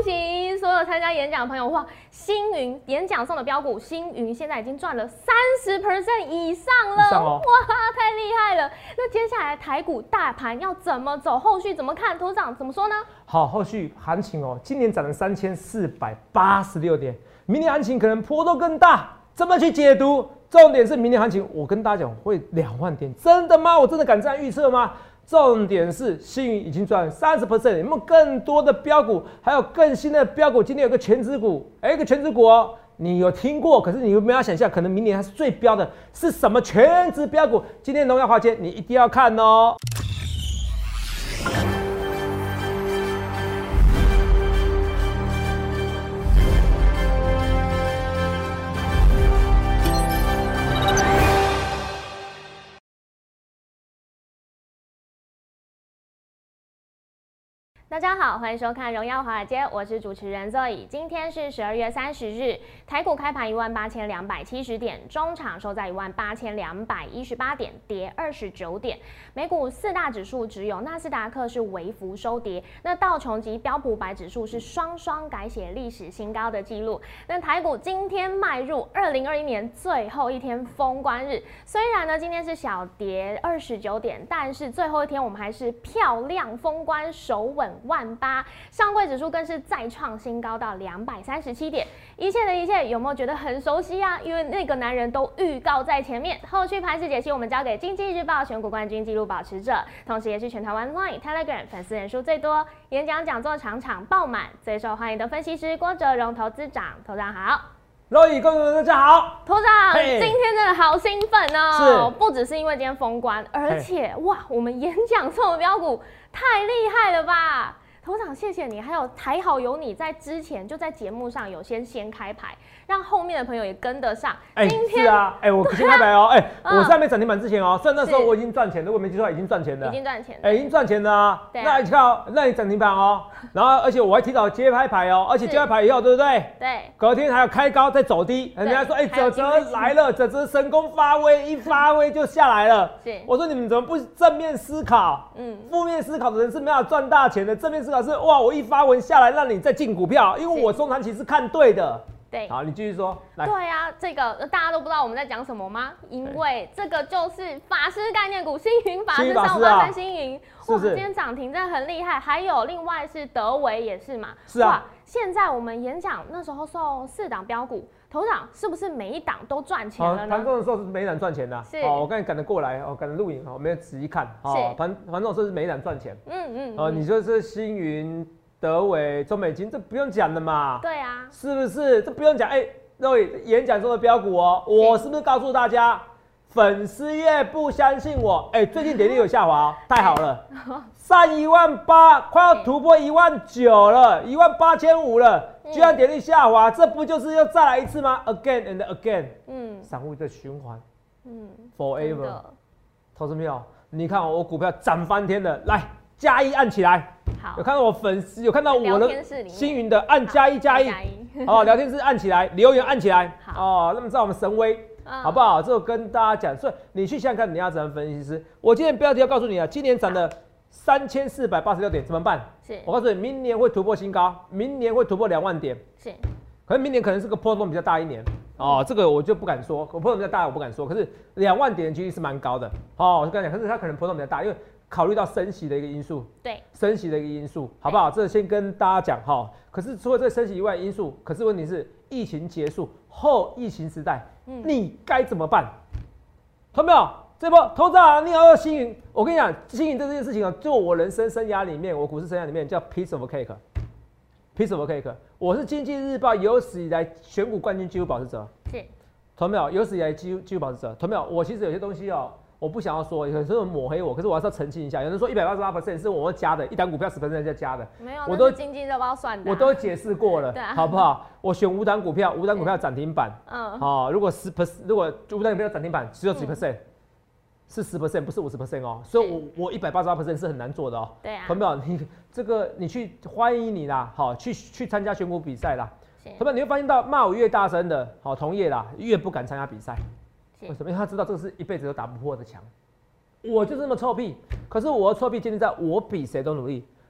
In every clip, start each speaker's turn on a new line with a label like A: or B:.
A: 喜所有参加演讲的朋友！哇，星云演讲送的标股，星云现在已经赚了30% 以上了，哇，太厉害了！那接下来台股大盘要怎么走？后续怎么看？头长怎么说呢？
B: 好，后续行情哦，今年涨了3486点，明年行情可能波动更大，怎么去解读？重点是明年行情，我跟大家讲会2万点，真的吗？我真的敢这样预测吗？重点是星云已经赚30%，有没有更多的标股，还有更新的标股？今天有个全指股，一个全指股哦，你有听过？可是你有没有想象，可能明年它是最标的是什么全指标股？今天荣耀华街你一定要看哦。
A: 大家好，欢迎收看《荣耀华尔街》，我是主持人 Zoe。今天是12月30日，台股开盘18270点，中场收在18218点，跌29点。美股4大指数只有纳斯达克是微幅收跌，那道琼及标普500指数是双改写历史新高的记录。那台股今天迈入2021年最后一天封关日，虽然呢今天是小跌29点，但是最后一天我们还是漂亮封关，守稳18000，上柜指数更是再创新高到237点。一切的一切，有没有觉得很熟悉啊？因为那个男人都预告在前面。后续盘势解析，我们交给经济日报选股冠军纪录保持者，同时也是全台湾 Line、Telegram 粉丝人数最多、演讲讲座场爆满、最受欢迎的分析师郭哲荣投资长。头长好。
B: 各位观众大家好，
A: 头长，今天真的好兴奋哦！
B: 是，
A: 不只是因为今天封关，而且哇，我们演讲送的标股太厉害了吧！头长，谢谢你，还有还好有你在之前就在节目上有先开牌，让后面的朋友也跟得上。今天
B: 是啊，我先开牌哦，我在没涨停板之前哦，虽然那时候我已经赚钱，如果没记错已经赚钱了，
A: 已经赚钱，
B: 已经赚钱了啊。那你看哦，那你涨停板哦，然后而且我还提早接牌哦，而且接牌以后，对不对？
A: 对。
B: 隔天还有开高再走低，人家说泽泽来了，泽泽神功发威，一发威就下来了。
A: 是。
B: 我说你们怎么不正面思考？负面思考的人是没有赚大钱的，正面思考是哇，我一发文下来让你再进股票，因为我中长期是看对的。
A: 对，
B: 好，你继续说。来，
A: 对啊，这个大家都不知道我们在讲什么吗？因为这个就是法师概念股，星云法师353星云，哇，今天涨停真的很厉害。还有另外是德微也是嘛，
B: 是啊。
A: 哇，现在我们演讲那时候送4档标股，头长是不是每一档都赚钱了呢？
B: 盘中的时候是每一档赚钱的，
A: 是。
B: 我刚才赶得过来，赶得录影，我没有仔细看，盘中的时候是每一档赚钱。你说是星云、德微、中美金，这不用讲的嘛？
A: 对啊，
B: 是不是？这不用讲。各位演讲中的标股哦，我是不是告诉大家，粉丝页不相信我？最近点击有下滑哦，太好了，上18000，快要突破19000了，18500了，居然点击下滑，这不就是又再来一次吗 ？Again and again，散户的循环，forever。投资朋友，你看我股票涨翻天了，来加1按起来。
A: 好，
B: 有看到我粉丝，有看到我的星云的按加一，哦，聊天室按起来，留言按起来，哦，那么知道我们神威，好不好？这我跟大家讲，所以你去想想看，你要怎么分析师？我今天标题要告诉你啊，今年涨了3486点，怎么办？是，我告诉你，明年会突破新高，明年会突破2万点，是，可是明年可能是个波动比较大一年，哦，这个我就不敢说，波动比较大我不敢说，可是2万点的几率是蛮高的，哦，我就跟你讲，可是它可能波动比较大，因为考虑到升息的一个因素，对，升息的一个因素，好不好？这先跟大家讲哈。可是除了这个升息以外的因素，可是问题是疫情结束后疫情时代，你该怎么办？懂没有？这波投资啊，你要星云，我跟你讲，星云这件事情啊，就我人生生涯里面，我股市生涯里面叫 piece of cake，piece of cake。我是经济日报有史以来选股冠军纪录保持者，是，懂没有？有史以来纪录保持者，懂没有？我其实有些东西哦。我不想要说，有人抹黑我，可是我还是要澄清一下。有人说188% 是我加的，一档股票10%在加的，没有，我都
A: 经济日报算的，
B: 我都解释过了，好不好？我选5档股票，5档股票涨停板，如果如果5档股票涨停板只有几%，是10%，不是50%哦。所以我188% 是很难做的哦。对啊，朋友，你这个你去欢迎你啦，好，去参加选股比赛啦。朋友，你会发现到骂我越大声的，好同业啦，越不敢参加比赛。为什么？因为他知道这个是一辈子都打不破的墙。我就是这么臭屁，可是我的臭屁建立在我比谁都努力。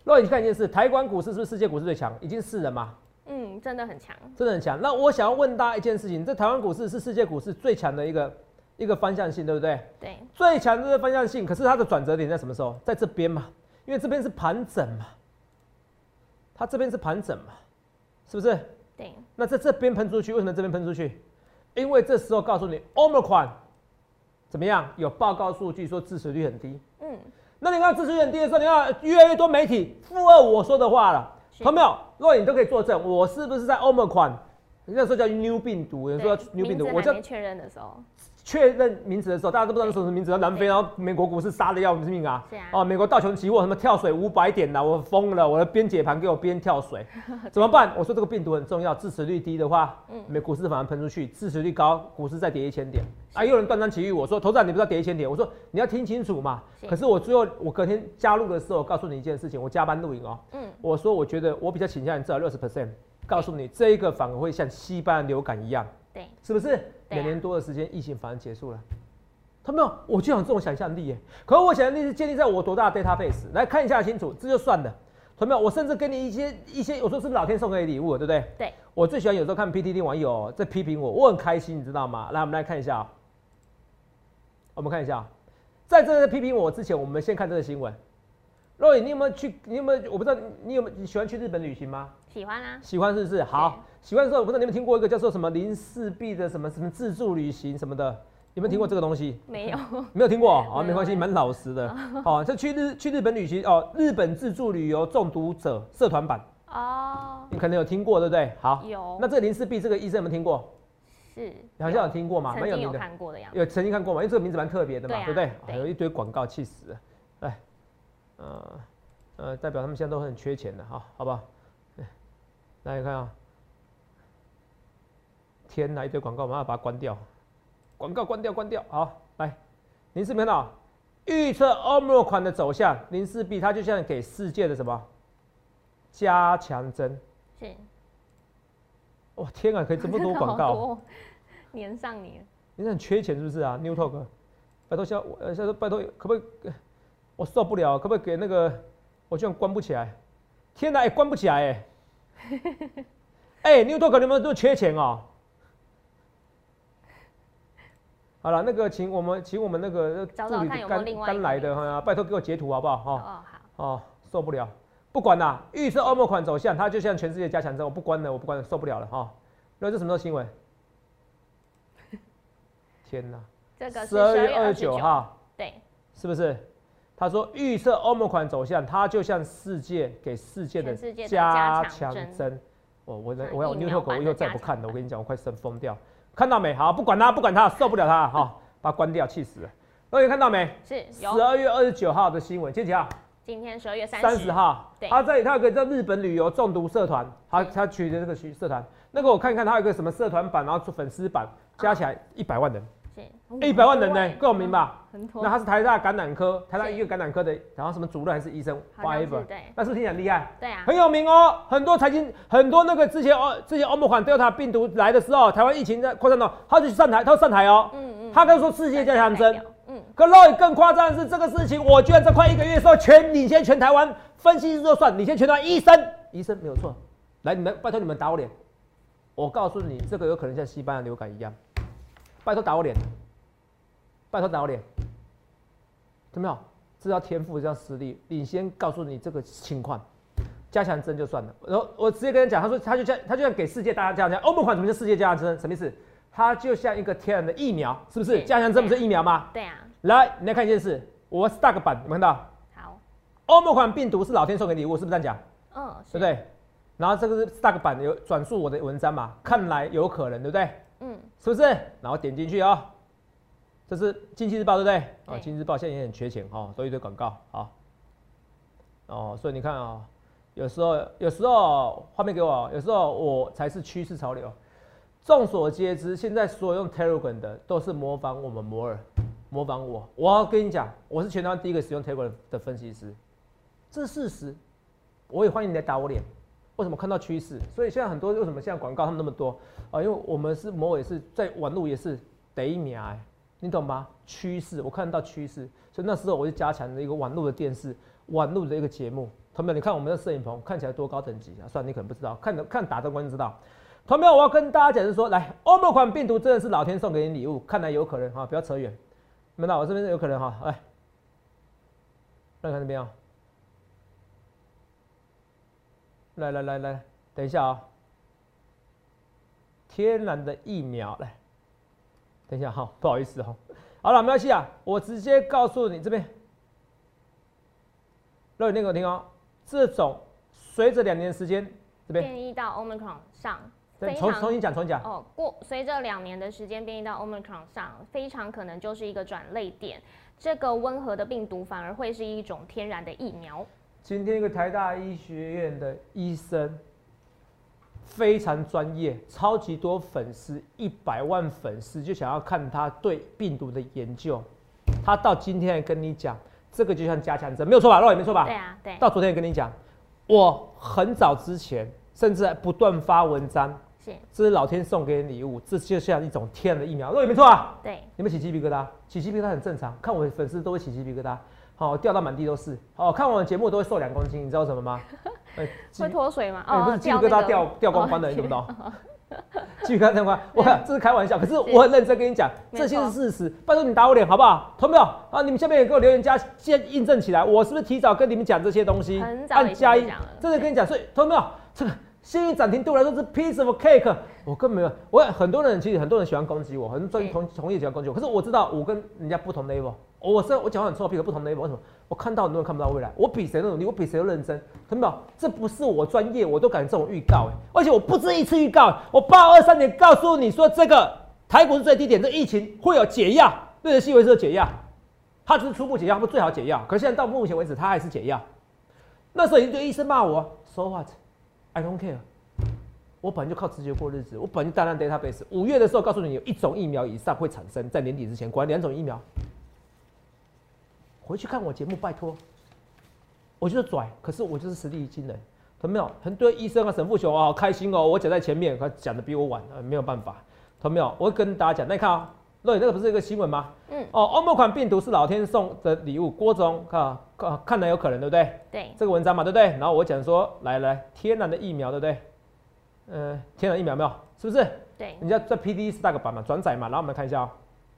B: 如果你看一件事，台湾股市是不是世界股市最强？已经是了嘛？
A: 嗯，真的很强，
B: 真的很强。那我想要问大家一件事情：这台湾股市是世界股市最强的一个方向性，对不对？
A: 对，
B: 最强的方向性。可是它的转折点在什么时候？在这边嘛，因为这边是盘整嘛，它这边是盘整嘛，是不是？
A: 对。
B: 那在这边喷出去，为什么这边喷出去？因为这时候告诉你 Omicron 怎么样？有报告数据说致死率很低。嗯。那你看致死率很低的时候，你看越来越多媒体附和我说的话了，看没有？如果你都可以作证，我是不是在 Omicron？那时候叫 New 病毒，有人说叫 New 病毒，
A: 我在确认的时候。
B: 确认名字的时候，大家都不知道那什么名字。南非，然后美国股市杀的要命啊！
A: 是啊。
B: 哦，美国道琼期货什么跳水500点啦，我疯了！我的边解盘给我边跳水，怎么办？我说这个病毒很重要，致死率低的话，美股市反而喷出去；致死率高，股市再跌1000点。啊，又有人断章取义，我说头长你不知道跌1000点，我说你要听清楚嘛。可是我最后我隔天加入的时候，告诉你一件事情，我加班录影哦。我说我觉得我比较倾向于至少60%，告诉你这一个反而会像西班牙流感一样，
A: 对，
B: 是不是？2年多的时间，疫情反而结束了。他没有，我就有这种想象力耶。可是我想象力是建立在我多大的 database 来看一下清楚，这就算了。同没有？我甚至给你一些，我说是不是老天送给你礼物，对不对？
A: 对。我
B: 最喜欢有时候看 PTT 网友在批评我，我很开心，你知道吗？来，我们来看一下。我们看一下，在这个批评我之前，我们先看这个新闻。Roy，你有没有去？你有没有？我不知道你有没有？你喜欢去日本旅行吗？
A: 喜欢啊。喜
B: 欢是不是？好，喜欢的时候，我不知道你有没有听过一个叫做什么04B的什么自助旅行什么的。有没有听过这个东西？
A: 没有，
B: 没有听过哦，没关系，蛮老实的。哦，这去日本旅行哦，日本自助旅游中毒者社团版哦，你可能有听过，对不对？好，
A: 有。
B: 那这个04B这个医生有没有听过？
A: 是，
B: 好像有听过嘛，
A: 蛮有名的。看过的样子。
B: 有曾经看过嘛？因为这个名字蛮特别的嘛，对不对？
A: 对。
B: 有一堆广告，气死了。来，代表他们现在都很缺钱的，好不好？来看啊，天哪，一堆广告，马上把它关掉。广告关掉。好，来，您是没看到预测 Omicron 的走向？04B 它就像给世界的什么加强针？
A: 是。
B: 哇，天啊，可以这么多广告，
A: 粘上你了。
B: 你很缺钱是不是啊 ？New Talk， 拜托拜托，可不可以？我受不了，可不可以给那个？我居然关不起来！天哪，关不起来New Talk 你们都缺钱哦。好了，那个请我们那个助理刚来的，拜托给我截图好不好？
A: 好。
B: 哦，受不了，不管啦，预测Omicron走向，它就像全世界加强针，我不关了，受不了了哈。那这什么时候新闻？天哪！
A: 这个是
B: 12月29号，
A: 对，
B: 是不是？他说预测 Omicron走向，它就像给世界的加强针。我要 New Talk， 我以后再也不看了，我跟你讲，我快疯掉。看到没？好，不管他，受不了他哈，把它关掉，气死了。各位看到没？
A: 是
B: 12月29号的新闻，今天几号？
A: 今天12月30
B: 号。
A: 对，
B: 他有个叫日本旅游中毒社团，他取的这个社团，那个我看他有个什么社团版，然后粉丝版，加起来100万人。100万人呢，够明吧？那他是台大感染科，台大一个感染科的，然后什么主任还是医生 ，whatever， 那是不是听起来很厉害？
A: 对啊，
B: 很有名哦。很多那个之前Omicron Delta 病毒来的时候，台湾疫情在扩散到，他就上台哦。他跟说世界加强针。可 Roy 更夸张的是这个事情，我居然在快1个月的时候领先全台湾，分析师就算领先全台湾医生没有错。来，你们拜托你们打我脸，我告诉你，这个有可能像西班牙流感一样。拜托打我脸，有没有？这叫天赋，这叫实力。领先告诉你这个情况，加强针就算了。然后我直接跟他讲，他说他就像给世界大家加强针。Omicron怎么叫世界加强针？什么意思？它就像一个天然的疫苗，是不是？加强针不是疫苗吗？
A: 对啊。
B: 来，你来看一件事，我 Stack 版，有没有看到？
A: 好。
B: Omicron 病毒是老天送给礼物，是不是这样讲？
A: 对
B: 不对？然后这个是 Stack 版有转述我的文章嘛？看来有可能，对不对？是不是？然后点进去哦，这是经济日报，对不对？经济日报现在也很缺钱哦，都一堆广告所以你看有时候画面给我，有时候我才是趋势潮流。众所皆知，现在所有用 Telegram 的都是模仿我们摩尔，模仿我。我要跟你讲，我是全台湾第一个使用 Telegram 的分析师，这是事实。我也欢迎你来打我脸。为什么看到趋势？所以现在很多为什么现在广告他们那么多因为我们是摩尔也是在网路也是第一名你懂吗？趋势我看到趋势，所以那时候我就加强了一个网路的电视，网路的一个节目， 同学们，你看我们的摄影棚看起来多高等级啊？算了，你可能不知道，看打灯光就知道。同学们，我要跟大家讲是说，来，欧盟款病毒真的是老天送给你礼物，看来有可能哈，不要扯远。你们看我这边有可能哈，来，来看这边啊，来，等一下啊，天然的疫苗来，等一下哈，不好意思哈，好了，没关系啊，我直接告诉你这边，让你那个听哦，这种随着2年的时间这边
A: 变异到 Omicron 上。
B: 对，重新讲
A: 哦，随着2年的时间变异到 Omicron 上，非常可能就是一个转捩点。这个温和的病毒反而会是一种天然的疫苗。
B: 今天一个台大医学院的医生，非常专业，超级多粉丝，100万粉丝，就想要看他对病毒的研究。他到今天还跟你讲，这个就像加强针，没有错吧？肉也没错吧？
A: 对啊，对。
B: 到昨天也跟你讲，我很早之前，甚至还不断发文章。这是老天送给你礼物，这就像一种天然的疫苗，也没错啊。
A: 对，
B: 有没有起鸡皮疙瘩？起鸡皮疙瘩很正常，看我的粉丝都会起鸡皮疙瘩，好掉到满地都是。哦，看我的节目都会瘦2公斤，你知道什么吗？
A: 会脱水吗？
B: 不是鸡皮疙瘩掉光光的，你懂不懂？鸡皮疙瘩掉光，我这是开玩笑，可是我很认真跟你讲，这些是事实。拜托你打我脸好不好？同没有啊？你们下面也给我留言先印证起来，我是不是提早跟你们讲这些东西？
A: 按加1，
B: 真的跟你讲，所以同没有这个。幸运涨停对我来说是 piece of cake， 我根本没有。很多人喜欢攻击我，很多同业喜欢攻击我，可是我知道我跟人家不同 level。我讲话很臭屁，不同 level。为什么？我看到很多人看不到未来，我比谁都努力，我比谁都认真。看到没有？这不是我专业，我都敢这种预告而且我不止一次预告，我8月23年告诉你说这个台股是最低点，这疫情会有解药，对着西维斯的解药，它只是初步解药，不最好解药。可是现在到目前为止，它还是解药。那时候一堆医生骂我 ，so what？I don't care， 我本来就靠直觉过日子，我本来就大量 database。5月的时候告诉你有1种疫苗以上会产生，在年底之前，果然2种疫苗。回去看我节目，拜托，我就是拽，可是我就是实力惊人，懂没有？很多医生啊、沈富雄啊，好开心哦，我讲在前面，他讲的比我晚，没有办法，懂没有？我会跟大家讲，那你看啊，那个不是一个新闻吗？欧盟款病毒是老天送的礼物，郭总看来有可能，对不对？
A: 对，
B: 这个文章嘛，对不对？然后我讲说，来，天然的疫苗，对不对？天然疫苗没有？是不是？
A: 对。
B: 人家在 PD 是大个版嘛，转载嘛，然后我们来看一下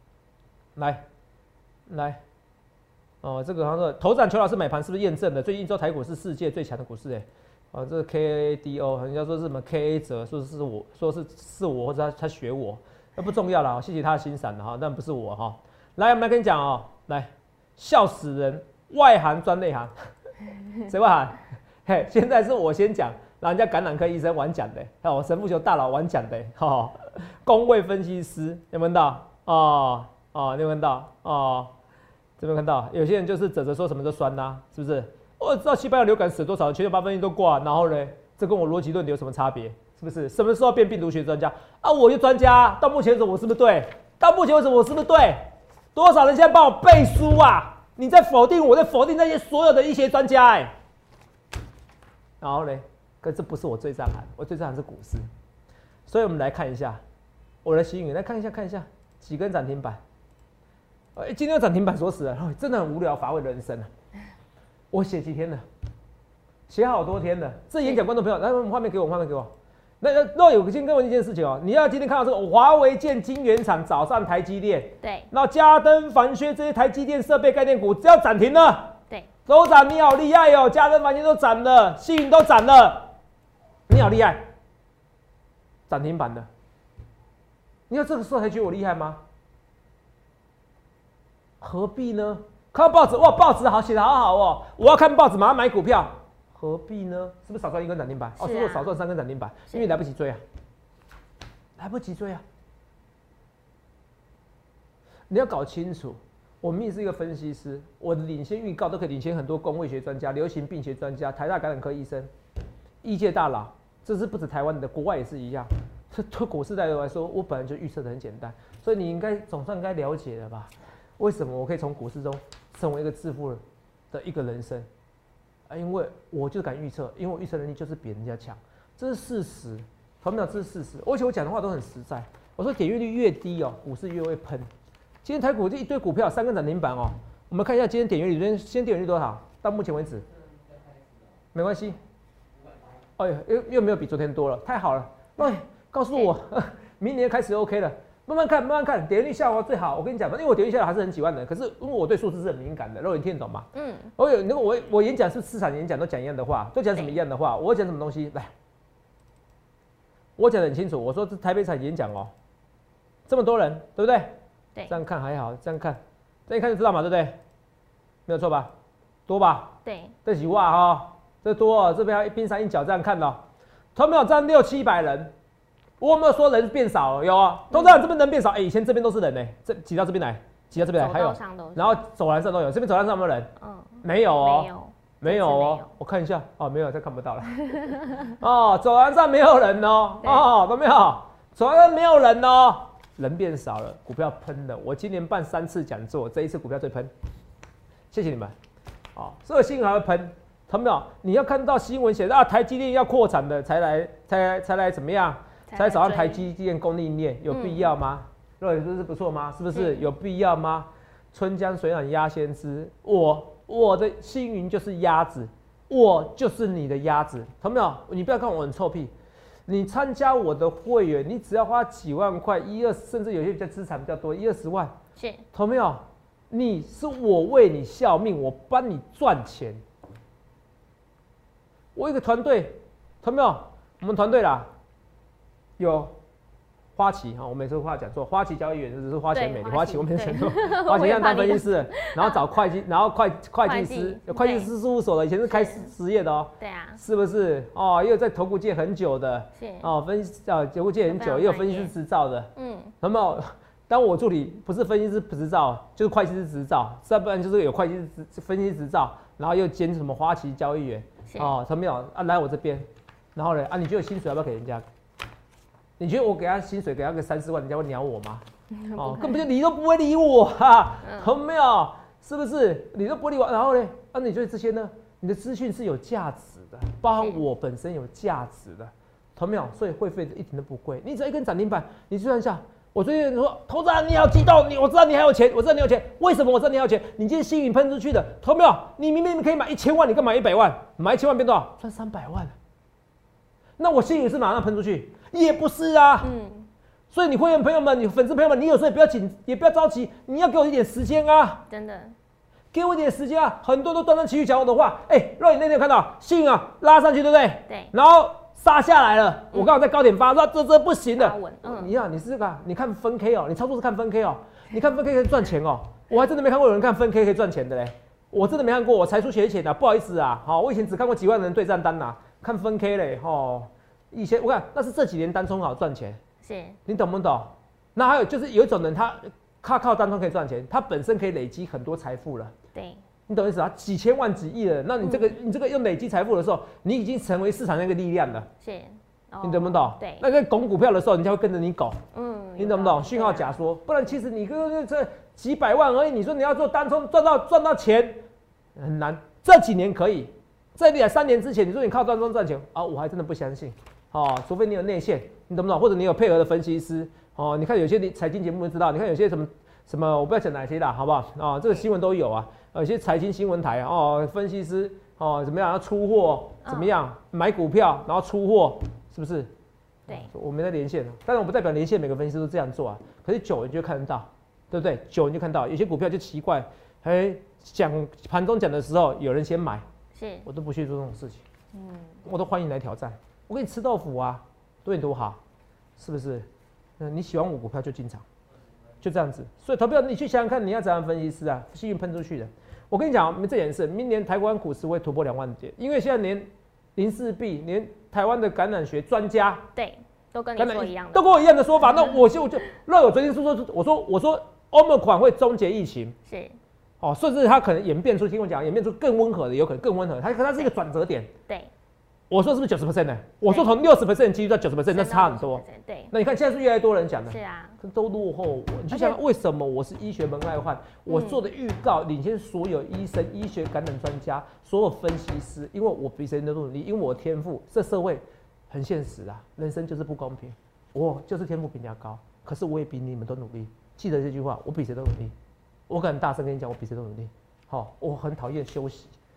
B: 来，这个好像是头展邱老师买盘是不是验证的？最近一周台股是世界最强的股市这个 KADO 人家说是什么 KA 折，说是我或者他学我，那不重要了，谢谢他的欣赏哈，但不是我哈。来，我们来跟你讲来，笑死人，外行专内行，谁外行？嘿，现在是我先讲。人家感染科医生晚讲的，我神父球大佬晚讲的，公卫分析师有没有看到？你有看到？这边看到有些人就是褶着说什么都酸啦，是不是？我知道西班牙流感死多少，全球8分之一都挂，然后呢，这跟我逻辑论有什么差别？是不是？什么时候变病毒学专家啊？我就专家，到目前为止我是不是对？到目前为止我是不是对？多少人现在帮我背书啊？你在否定我，在否定那些所有的医学专家然后呢？可这不是我最在行，我最在行是股市，所以我们来看一下我的幸运，来看一下几根涨停板。今天涨停板锁死了，真的很无聊乏味的人生啊！我写几天了，写好多天了。这演讲观众朋友，来，画面给我。那有先跟我一件事情你要今天看到这个华为建晶圆厂早上台积电，
A: 对，
B: 那嘉登、凡轩这些台积电设备概念股只要涨停了，
A: 对，
B: 都涨，你好厉害嘉登、凡轩都涨了，星云都涨了。你好厉害，涨停板的，你要这个时候才觉得我厉害吗？何必呢？看到报纸，哇，报纸好写的好好我要看报纸，马上买股票，何必呢？是不是少赚1根涨停板？是不是少赚3根涨停板？因为来不及追啊，你要搞清楚，我们也是一个分析师，我的领先预告都可以领先很多公卫学专家、流行病学专家、台大感染科医生、医界大佬。这是不止台湾的，国外也是一样。这对股市来说，我本来就预测的很简单，所以你总算该了解了吧？为什么我可以从股市中成为一个致富的一个人生？因为我就敢预测，因为我预测能力就是比人家强，这是事实。同秒，这是事实。而且我讲的话都很实在。我说点阅率越低股市越会喷。今天台股这一堆股票3根涨停板我们看一下今天点阅率，今天点阅率多少？到目前为止没关系。哎呦，又没有比昨天多了，太好了。哎，告诉我，明年开始 OK 了。慢慢看，慢慢看，点击率下滑最好。我跟你讲吧，因为我点击率下来还是很几万人，可是因为我对数字是很敏感的，肉眼听得懂吗？我演讲是市场演讲都讲一样的话，都讲什么一样的话？我讲什么东西？来，我讲得很清楚。我说这台北场演讲哦，这么多人，对不对？
A: 对。
B: 这样看还好，这样看就知道嘛，对不对？没有错吧？多吧？
A: 对。
B: 这几哇哈，这多哦，这边还冰山一角这样看到，他们有站600-700人。我有没有说人变少了？有啊，通常这边人变少。以前这边都是人呢，这挤到这边来，挤到这边来，还有，然后走廊上都有，这边走廊上有没有人？没有哦，没有哦，我看一下，哦，没有，这看不到了。哦，走廊上没有人哦，哦，都没有，走廊上没有人哦，人变少了，股票喷了。我今年办3次讲座，这一次股票最喷，谢谢你们。哦，所有新闻还会喷，看到没有？你要看到新闻写的台积电要扩产的才来怎么样？才找上台积电供应链，有必要吗？肉眼不是不错吗？是不是有必要吗？春江水暖鸭先知，我的星云就是鸭子，我就是你的鸭子，懂没有？你不要看我很臭屁，你参加我的会员，你只要花几万块，1-20，甚至有些比较资产比较多，1-20万，
A: 是，
B: 懂没有？你是我为你效命，我帮你赚钱。我一个团队，懂没有？我们团队啦。有花旗哈，我每次话讲说花旗交易员就是花钱美丽，花旗我每次讲说花旗当分析师，然后找会计，然后会计师，有会计师事务所的，以前是开实业的哦，
A: 对啊，
B: 是不是哦？也有在投顾界很久的，是哦，投顾界很久，也有分析师执照的，那么当我助理不是分析师执照，就是会计师执照，再不然就是有会计师分析师执照，然后又兼什么花旗交易员哦，他没有啊，来我这边，然后呢啊，你觉得薪水要不要给人家？你觉得我给他薪水给他个3-4万，人家会鸟我吗？哦，根本就理都不会理我哈，懂没有？是不是？理都不会理我，然后呢？啊，你觉得这些呢？你的资讯是有价值的，包含我本身有价值的，懂没有？所以会费一点都不贵，你只要一根涨停板，你算一下。我最近说，投资人你好激动，我知道你还有钱，我知道你有钱，为什么我知道你还有钱？你今天星云喷出去的，懂没有？你明明可以买1000万，你干嘛100万？买1000万变多少？赚300万。那我星云是马上喷出去？也不是啊，所以你会员朋友们，你粉丝朋友们，你有时候也不要紧，也不要着急，你要给我一点时间啊，真的，给我一点时间啊，很多都断章取义讲我的话，若你那天有看到信啊拉上去，对不对？对，然后杀下来了，我刚好在高点发，说这不行的，你是这个，你看分 K 哦，你操作是看分 K 哦，你看分 K 可以赚钱哦，我还真的没看过有人看分 K 可以赚钱的嘞，我真的没看过，我才疏学浅的，不好意思啊，好，我以前只看过几万人对账单呐，看分 K 嘞，吼。以前我看那是这几年单冲好赚钱，是你懂不懂？那还有就是有一种人他靠单冲可以赚钱，他本身可以累积很多财富了。对，你懂意思啊？几千万、几亿的，那你这个用累积财富的时候，你已经成为市场那个力量了。是，你懂不懂？对，那个拱股票的时候，人家会跟着你拱。你懂不懂？讯号假说，不然其实你这几百万而已，你说你要做单冲赚到钱很难。这几年可以。在3年之前，你说你靠单冲赚钱啊，我还真的不相信。除非你有内线，你懂不懂？或者你有配合的分析师。你看有些财经节目就知道，你看有些什么，我不要讲哪些啦，好不好？这个新闻都有啊。有些财经新闻台分析师怎么样要出货，怎么样买股票，然后出货，是不是？对，我没在连线，但是我不代表连线每个分析师都这样做啊。可是久了你就看得到，对不对？久了你就看到有些股票就奇怪，讲盘中讲的时候有人先买。我都不去做这种事情，我都欢迎来挑战。我给你吃豆腐啊，对你多好，是不是？你喜欢我股票就进场，就这样子。所以投票你去想想看，你要怎样分析师啊？幸运喷出去的。我跟你讲，这件事，明年台湾股市会突破2万点，因为现在连04B，连台湾的感染学专家，对，都跟你说一样的，都跟我一样的说法。那我那我昨天说，我说Omicron会终结疫情，是。甚至它可能演变出，听我讲，演变出更温和的，有可能更温和。它是一个转折点。对，我说是不是90% 呢？我说从60% 的几率到90%，那差很多。对，那你看现在是越来越多人讲的，是啊，都落后我。你去想为什么我是医学门外汉？我做的预告领先所有医生、医学感染专家、所有分析师，因为我比谁都努力，因为我天赋。这社会很现实啊，人生就是不公平。我就是天赋比人家高，可是我也比你们都努力。记得这句话，我比谁都努力。我敢大声跟你讲，我比谁都努力。我很讨厌休息，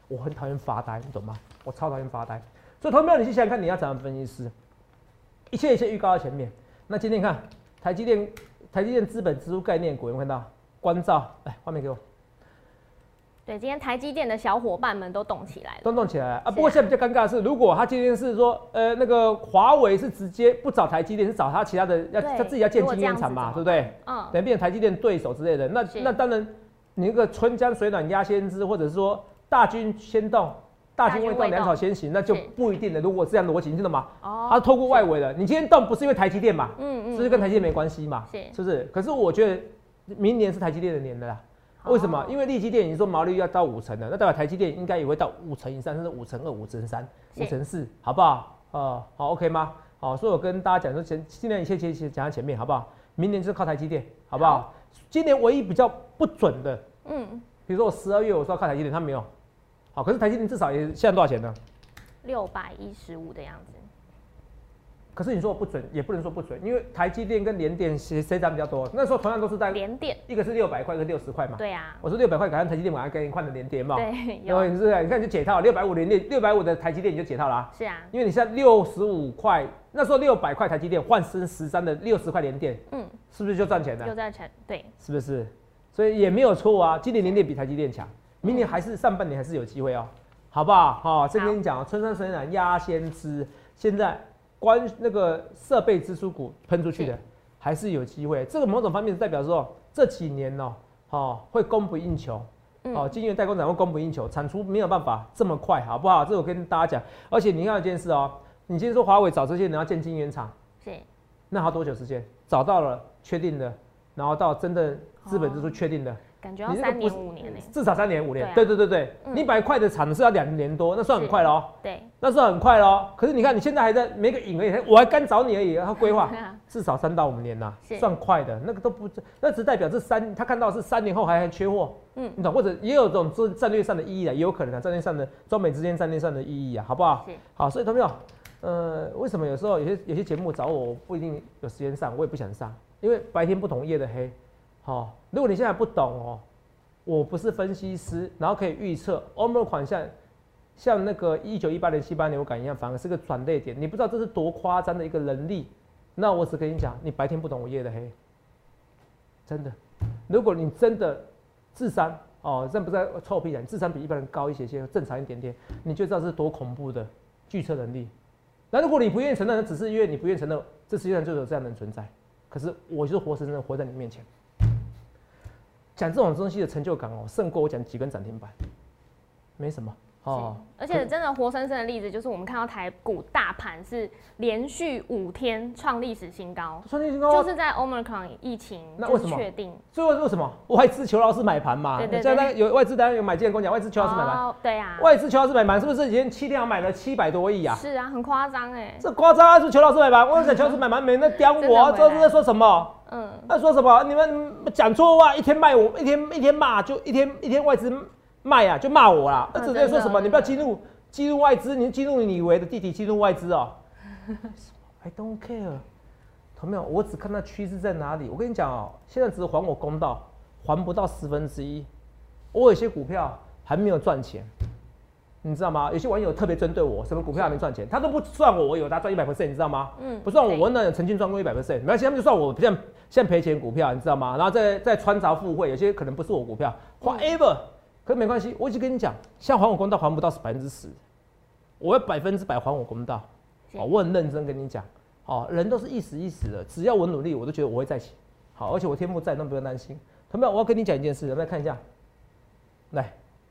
B: 我很讨厌发呆，你懂吗？我超讨厌发呆。所以投票你去想想看，你要怎样分析师？一切预告在前面。那今天看台积电资本支出概念股，有没有看到？关照，来画面给我。
A: 对，今天台积电的小伙伴们都动起来了，
B: 都动起来了啊！不过现在比较尴尬的是，如果他今天是说，那个华为是直接不找台积电，是找他其他的，他自己要建晶圆厂嘛，对不对？嗯，等于变成台积电对手之类的。那当然，你那个春江水暖鸭先知，或者是说大军先动，大军未动，粮草先行，那就不一定了。如果这样逻辑，你知道吗？哦，他透过外围的，你今天动不是因为台积电嘛？是不是跟台积电没关系嘛？是不是？可是我觉得明年是台积电的年的啦。为什么？因为力积电已经说毛利率要到5%了，那代表台积电应该也会到5%以上，甚至5%2、5%3、5%4，好不好？好 OK 吗？好，所以我跟大家讲说，尽量一切讲在前面，好不好？明年就是靠台积电，好不好？今年唯一比较不准的，比如说我12月我说要靠台积电，他没有。好，可是台积电至少也现在多少钱呢
A: ？615的样子。
B: 可是你说我不准，也不能说不准，因为台积电跟联电谁涨比较多？那时候同样都是在
A: 联电，
B: 一个是600块，一个60块嘛。
A: 对啊，
B: 我说600块，改成台积电，马上跟你换的联电嘛。
A: 对，
B: 有你是你看就解套，650联电，650的台积电你就解套啦。
A: 是啊，
B: 因为你现在65块，那时候600块台积电换成13的60块联电，是不是就赚钱了？
A: 就赚钱，对，
B: 是不是？所以也没有错啊，今年联电比台积电强，明年还是上半年还是有机会哦，好不好？好，这跟你讲，春山水暖鸭先知，现在。那个设备支出股喷出去的，还是有机会。这个某种方面是代表说，这几年会供不应求，晶圆代工厂会供不应求，产出没有办法这么快，好不好？这我跟大家讲。而且你看一件事你今天说华为找这些人要建晶圆厂，是，那要多久时间？找到了，确定的，然后到真的资本支出确定的。
A: 感觉要3年5年
B: 至少3年5年。对，你100块的产是要2年多，那算很快咯。
A: 对，
B: 那算很快咯。可是你看你现在还在没个影而已，我还刚找你而已，他规划至少3到5年呐，算快的。那个都不，那只代表他看到是3年后还缺货，你懂？或者也有这种战略上的意义啊，也有可能战略上的中美之间战略上的意义啊，好不好？好，所以同学们，为什么有时候有些节目找我不一定有时间上，我也不想上，因为白天不同夜的黑。如果你现在不懂我不是分析师，然后可以预测欧盟款像那个1918年西班牙流感一样，反而是个转捩点。你不知道这是多夸张的一个能力，那我只跟你讲，你白天不懂我夜的黑，真的。如果你真的智商这不是臭屁人，智商比一般人高一些，正常一点点，你就知道这是多恐怖的预测能力。那如果你不愿意承认，只是因为你不愿意承认，这世界上就有这样的人存在。可是我就是活生生的活在你面前。讲这种东西的成就感胜过我讲几根涨停板，没什么
A: 而且真的活生生的例子就是我们看到台股大盘是连续5天创历史新高，就是在 Omicron 疫情就是确定。
B: 所以为什么外资求老师买盘嘛？对，现在有外资当然有买进的跟我讲，外资求老师买盘。
A: 对啊，
B: 外资求老师买盘是不是以前7天买了700多亿啊？
A: 是啊，很夸张哎。
B: 这夸张啊！是求老师买盘，我讲求老师买盘，没人在刁我，这是在说什么？那说什么？你们讲错话，一天卖我，一天骂，就一天外资卖啊，就骂我啦。那只在说什么？你不要激怒外资，你激怒你以为的弟弟，激怒外资I don't care， 同没有？我只看到趋势在哪里。我跟你讲现在只是还我公道，还不到1/10。我有些股票还没有赚钱，你知道吗？有些网友特别针对我，什么股票还没赚钱，他都不算我有他赚100%，你知道吗？不算我呢曾经赚过100%，没关系，他们就算我现在赔钱股票，你知道吗？然后再穿凿附会，有些可能不是我股票 ，whatever，可是没关系，我已经跟你讲，像还我公道还不到10%，我要100%还我公道，我很认真跟你讲，人都是一时一时的，只要我努力，我都觉得我会再起，好，而且我天赋在，那不用担心。同学们，我要跟你讲一件事，我们来看一下，来。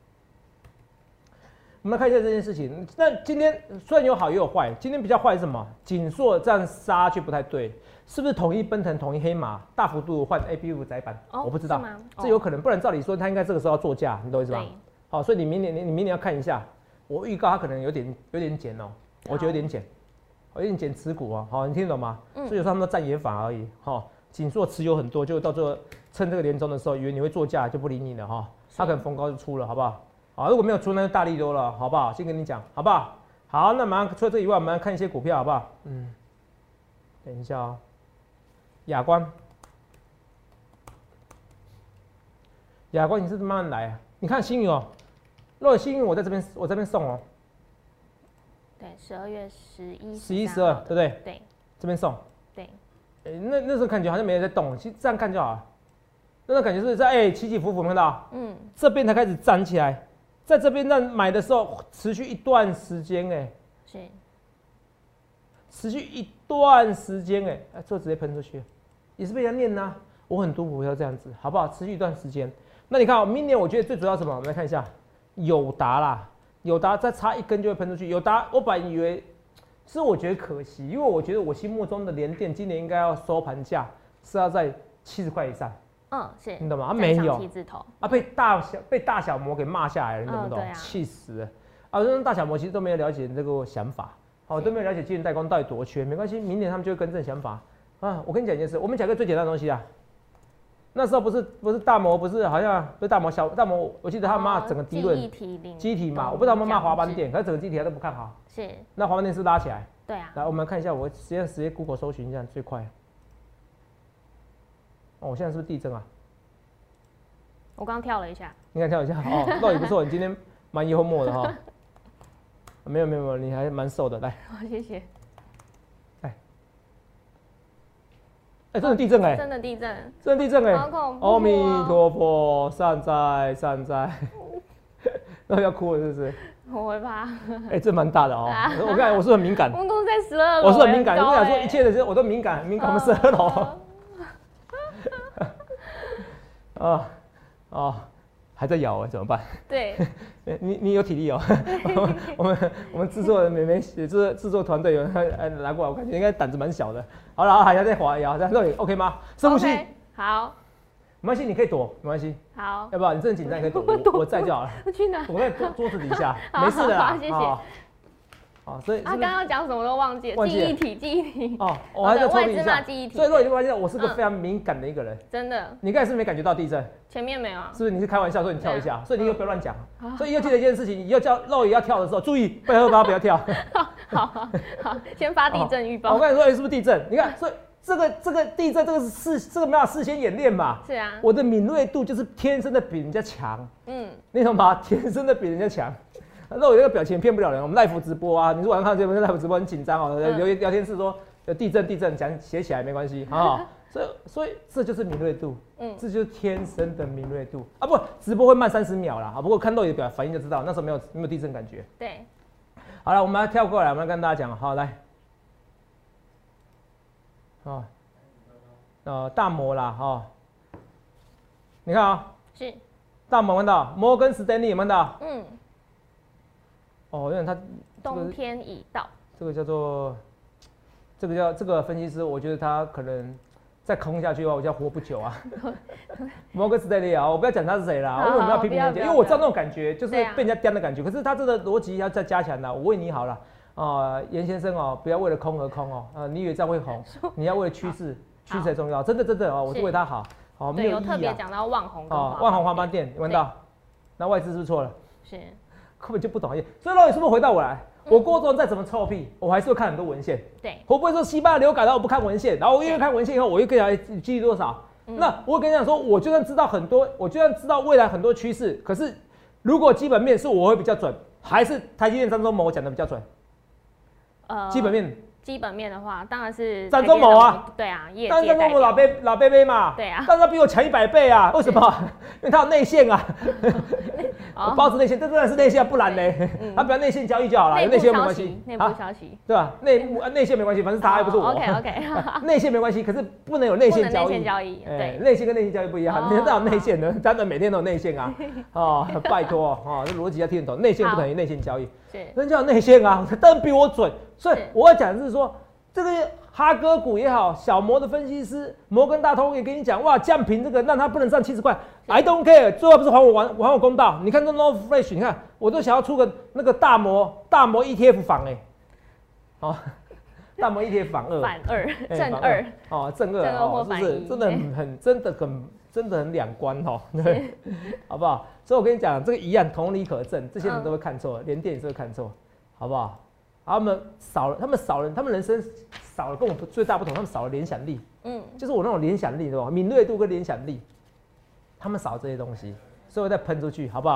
B: 我们来看一下这件事情。那今天虽然有好也有坏，今天比较坏是什么？景硕这样杀去不太对，是不是统一奔腾、统一黑马大幅度换 ABF 窄板？我不知道，这有可能，不然照理说他应该这个时候要做价，你懂我意思吧？好，所以你明年要看一下，我预告他可能有点减我觉得有点减，有点减持股好，你听得懂吗？所以有时候他们都障眼法而已景硕持有很多，就到最后趁这个年终的时候，以为你会做价就不理你了他可能逢高就出了，好不好？如果没有出，那就大利多了，好不好？先跟你讲，好不好？好，那马上除了这以外，我们来看一些股票，好不好？等一下亚光，你是慢慢来啊。你看星宇如果幸运，我这边送哦。
A: 对，12月11、
B: 11、12，对不对？
A: 对，
B: 这边送。
A: 对。
B: 那时候感觉好像没人在动，其实这样看就好了。那种感觉是在起起伏伏，看到？这边才开始站起来，在这边在买的时候持续一段时间，
A: 是。
B: 持续一段时间，这直接喷出去，也是被人家念呐。我很多股票这样子，好不好？持续一段时间。那你看，明年我觉得最主要什么？我们来看一下，友达啦，友达再插一根就会喷出去。友达，我本来以为。是我觉得可惜，因为我觉得我心目中的联电今年应该要收盘价是要在70块以上。
A: 是。
B: 你懂吗？没有。
A: 7字头。
B: 被大小摩给骂下来了，你懂不懂？气死了！这大小摩其实都没有了解这个想法，都没有了解晶圆代工到底多缺。没关系，明年他们就会更正想法。我跟你讲一件事，我们讲个最简单的东西啊。那时候不是大摩，不是好像不是大摩大摩，我记得他骂整个低论机体嘛，我不知道他们骂华邦电，可是整个机体他都不看好。
A: 是。
B: 那华邦电是拉起来。
A: 对啊。
B: 来，我们看一下，我直接 Google 搜寻一下最快。我现在是不是地震啊？
A: 我刚跳了一下。
B: 你看跳一下，倒也不错，你今天蛮幽默的哈。没有，你还蛮瘦的，来。
A: 谢谢。
B: 真的地震
A: 真的地震，
B: 真的地震
A: 好恐怖！
B: 阿弥陀佛，善哉善哉。那要哭了是不是？
A: 我会怕。
B: 这蛮大的哦。我跟你讲，我是很敏感。
A: 我们公司在12楼。
B: 我是很敏感，我跟你讲说一切的事我都敏感，我们12楼。还在摇怎么办？
A: 对。
B: 你有体力哦。我们制作人妹妹制作团队有人来过来，我感觉应该胆子蛮小的。好了，还在滑摇，这样 OK 吗？深呼吸。
A: 好。
B: 没关系，你可以躲，没关系。
A: 好。
B: 要不然你真的紧张，你可以躲，我在就好了。
A: 我去哪？
B: 我在桌子底下，没事的啦。
A: 谢谢。
B: 所以
A: 刚刚讲什么都忘记了，记忆体。
B: 我还在抽一下
A: 记忆体。
B: 所以说你就发现我是个非常敏感的一个人。
A: 真的。
B: 你刚才是没感觉到地震？
A: 前面没有。
B: 是不是你是开玩笑说你跳一下？所以你以后不要乱讲。所以以后记得一件事情，以后叫肉也要跳的时候，注意背后不要跳。
A: 好，先发地震预报。
B: 我跟你说，是不是地震？你看，所以这个地震，这个没有事先演练嘛？
A: 是啊。
B: 我的敏锐度就是天生的比人家强。你懂吗？天生的比人家强。那我这个表情骗不了人，我们 live 直播啊，你是晚上看这边 live 直播很紧张哦，聊天室说有地震，讲写起来没关系啊，所以这就是敏锐度，这就是天生的敏锐度啊，不，直播会慢30秒啦，不过看到你的反应就知道那时候没有地震感觉。
A: 对，
B: 好了，我们要跳过来，我们要跟大家讲，好来，大摩啦，你看啊，
A: 是
B: 大摩看到，摩根士丹利有没有看到？因为它
A: 冬天已到，
B: 这个叫做，这个分析师，我觉得他可能再空下去的话，我就要活不久啊。摩根士丹利啊，我不要讲他是谁啦，因为我们要批评人家，因为我知道那种感觉，就是被人家刁的感觉。可是他这个逻辑要再加强的。我问你好了，严先生不要为了空而空你以为这样会红？你要为了趋势才重要，真的我是为他好。
A: 没有特别讲到万宏
B: 万宏华邦店，你闻到？那外资是不是错了？
A: 是。
B: 根本就不懂行业，所以老李是不是回到我来？我过中再怎么臭屁，我还是会看很多文献。
A: 对，
B: 我不会说西班牙流感，然后我不看文献，然后我因为看文献以后，我又跟人家记忆多少？那我跟你讲说，我就算知道很多，我就算知道未来很多趋势，可是如果基本面是我会比较准，还是台积电、张忠谋讲的比较准？
A: 基本面的话，当然是
B: 张忠谋啊，
A: 对啊，
B: 当然张忠谋老贝贝嘛，
A: 对啊，
B: 但他比我强100倍啊，为什么？因为他有内线啊，包子内线，这真的是内线，不然呢？他不要内线交易就好了，有内线没关系，
A: 内部消息，
B: 对吧？内线没关系，反正他又不是我。
A: OK，
B: 内线没关系，可是不能有内线交易。
A: 对，
B: 内线跟内线交易不一样，你知道内线的，当然每天都有内线啊，拜托这逻辑要听得懂，内线不等于内线交易。人家有内线啊，当然比我准，所以我要讲的是说，这个哈哥股也好，小摩的分析师，摩根大通也跟你讲，哇，降频这个让他不能上70块 ，I don't care， 最后不是还我公道？你看这 North Flash， 你看我都想要出个那个大摩 ETF 仿大摩 ETF 反2，
A: 正2，
B: 正2是不是真的很两观对，好不好？所以我跟你讲，这个一样同理可证，这些人都会看错，连电也是会看错，好不好？他们人生少了跟我最大不同，他们少了联想力，就是我那种联想力，对吧？敏锐度跟联想力，他们少这些东西，所以我再喷出去，好不好？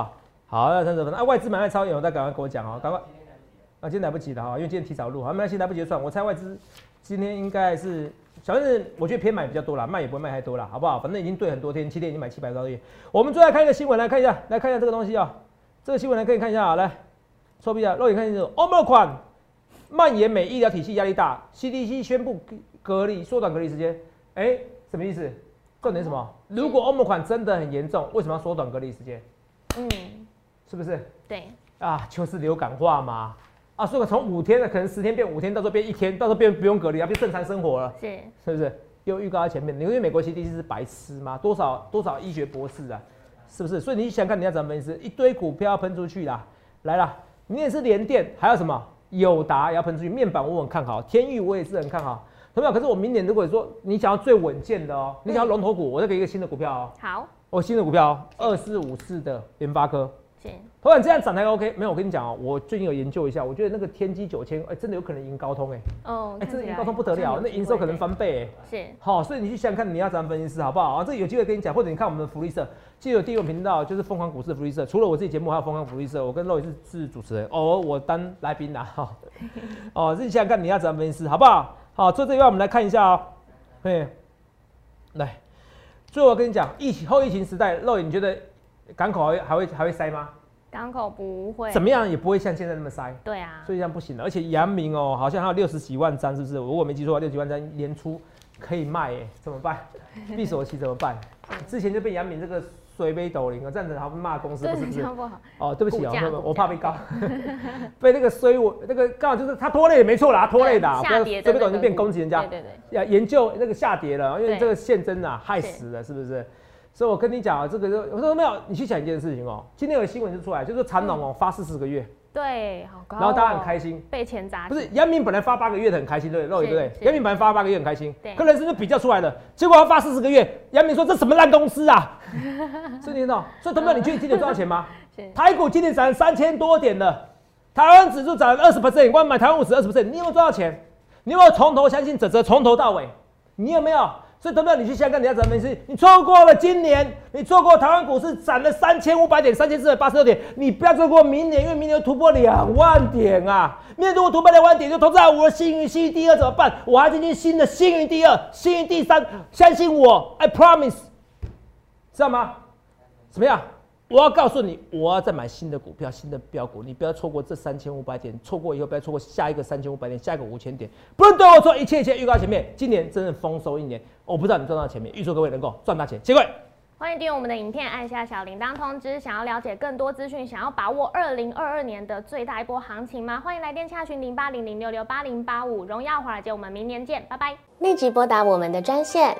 B: 好，那30分啊，外资买卖超有，再赶快跟我讲哦，赶快。啊，今天来不及了哈，因为今天提早录，好，没关系，来不及就算。我猜外资今天应该是，反正我觉得偏买比较多啦，卖也不会卖太多啦，好不好？反正已经对很多天，7天已经买700多亿。我们最后来看一个新闻，来看一下这个东西啊、这个新闻来可以看一下啊，来，臭屁啊，肉眼看清楚 ，Omicron 蔓延美医疗体系压力大 ，CDC 宣布隔离缩短隔离时间，什么意思？重点是什么？如果 Omicron 真的很严重，为什么要缩短隔离时间？是不是？
A: 对。
B: 啊，就是流感化嘛。啊，所以从5天的可能10天变5天，到时候变1天，到时候变不用隔离，变正常生活了，是不是？又预告在前面，你因为美国 CDC 是白痴吗？多少医学博士啊，是不是？所以你想看你要怎么分析？一堆股票要喷出去啦，来啦，明年是联电，还有什么友达也要喷出去，面板我很看好，天钰我也是很看好，有没有？可是我明年如果说你想要最稳健的哦，你想要龙头股，我再给一个新的股票哦。
A: 好，
B: 我新的股票哦，2454的联发科。头版这样涨才 OK， 没有我跟你讲哦，我最近有研究一下，我觉得那个天玑9000，真的有可能赢高通真的赢高通不得了，那营收可能翻倍
A: 是，
B: 好，所以你去想想看你要怎么分析好不好？这个有机会跟你讲，或者你看我们的福利社，记得有第1频道就是疯狂股市的福利社，除了我自己节目还有疯狂福利社，我跟肉也是主持人，偶尔我当来宾啦自己想想看你要怎么分析好不好？好，做这一段我们来看一下哦，来，最后我跟你讲，后疫情时代，肉你觉得港口还会塞吗？
A: 港口不会，
B: 怎么样也不会像现在那么塞。
A: 对啊，
B: 所以这样不行了。而且阳明好像还有60几万张，是不是？如果没记错，60几万张年初可以卖怎么办？闭锁期怎么办？之前就被阳明这个水杯斗零这样子，好骂公司，不是？
A: 不好
B: 哦，对不起我怕被告，被那个那个刚好就是他拖累也没错啦，拖累的，不要水杯斗零变攻击人家。对，研究那个下跌了，因为这个现增害死了，是不是？所以我跟你讲这个我说没有，你去想一件事情今天有新闻就出来，就是长荣发40个月，
A: 对，好高，
B: 然后大家很开心，
A: 被钱砸，
B: 不是阳明本来发8个月的很开心，对不对？对不对？阳明本来发8个月很开心，
A: 对，
B: 可能是不是比较出来的？结果他发40个月，阳明说这什么烂公司啊？是你知道？所以同学们，你觉得今年赚到钱吗？台股今年涨了3000多点了，台湾指数涨了20%，你光买台湾50 20%，你有没有赚到钱？你有没有从头相信哲从头到尾？你有没有？所以，等到你去香港，你要怎么分析？你错过了今年，你错过台湾股市涨了3500点，3486点，你不要错过明年，因为明年突破2万点啊！明年如果突破2万点，就投资在我的星云第2怎么办？我还进军新的星云第2、星云第3，相信我 ，I promise， 知道吗？怎么样？我要告诉你，我要再买新的股票、新的标股，你不要错过这3500点，错过以后不要错过下一个3500点，下一个5000点，不能对我说一切预告前面。今年真的丰收一年，我不知道你赚到前面，预祝各位能够赚大钱，谢各位。
A: 欢迎订阅我们的影片，按下小铃铛通知。想要了解更多资讯，想要把握2022年的最大一波行情吗？欢迎来电洽询0800668085。荣耀华尔街，我们明年见，拜拜。
C: 立即拨打我们的专线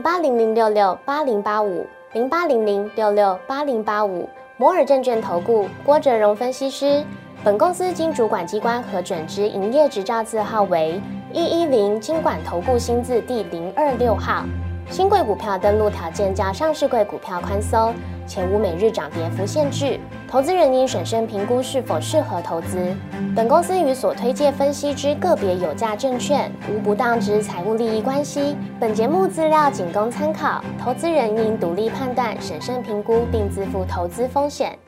C: 0800668085，0800668085。摩尔证券投顾郭哲荣分析师。本公司经主管机关核准之营业执照字号为110金管投顾新字第026号。新贵股票登录条件较上市贵股票宽松，且无每日涨跌幅限制。投资人应审慎评估是否适合投资。本公司与所推介分析之个别有价证券无不当之财务利益关系。本节目资料仅供参考，投资人应独立判断、审慎评估并自负投资风险。